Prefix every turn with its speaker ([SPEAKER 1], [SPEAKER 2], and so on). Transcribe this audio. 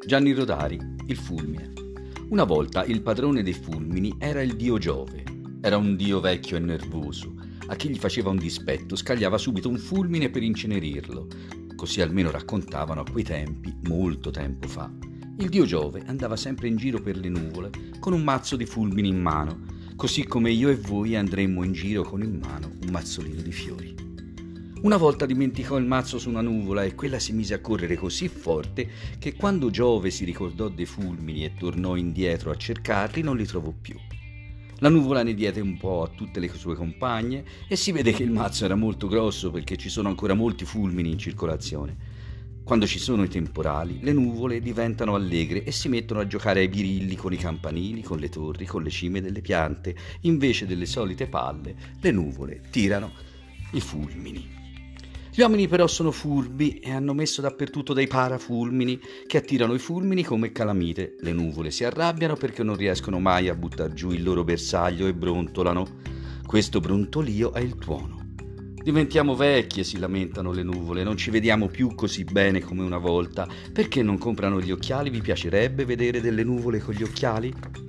[SPEAKER 1] Gianni Rodari, il fulmine. Una volta il padrone dei fulmini era il dio Giove. Era un dio vecchio e nervoso. A chi gli faceva un dispetto scagliava subito un fulmine per incenerirlo. Così almeno raccontavano a quei tempi, molto tempo fa. Il dio Giove andava sempre in giro per le nuvole con un mazzo di fulmini in mano, così come io e voi andremmo in giro con in mano un mazzolino di fiori. Una volta dimenticò il mazzo su una nuvola e quella si mise a correre così forte che quando Giove si ricordò dei fulmini e tornò indietro a cercarli non li trovò più. La nuvola ne diede un po' a tutte le sue compagne e si vede che il mazzo era molto grosso perché ci sono ancora molti fulmini in circolazione. Quando ci sono i temporali, le nuvole diventano allegre e si mettono a giocare ai birilli con i campanili, con le torri, con le cime delle piante. Invece delle solite palle, le nuvole tirano i fulmini. Gli uomini però sono furbi e hanno messo dappertutto dei parafulmini che attirano i fulmini come calamite. Le nuvole si arrabbiano perché non riescono mai a buttar giù il loro bersaglio e brontolano. Questo brontolio è il tuono. Diventiamo vecchie, si lamentano le nuvole, non ci vediamo più così bene come una volta. Perché non comprano gli occhiali? Vi piacerebbe vedere delle nuvole con gli occhiali?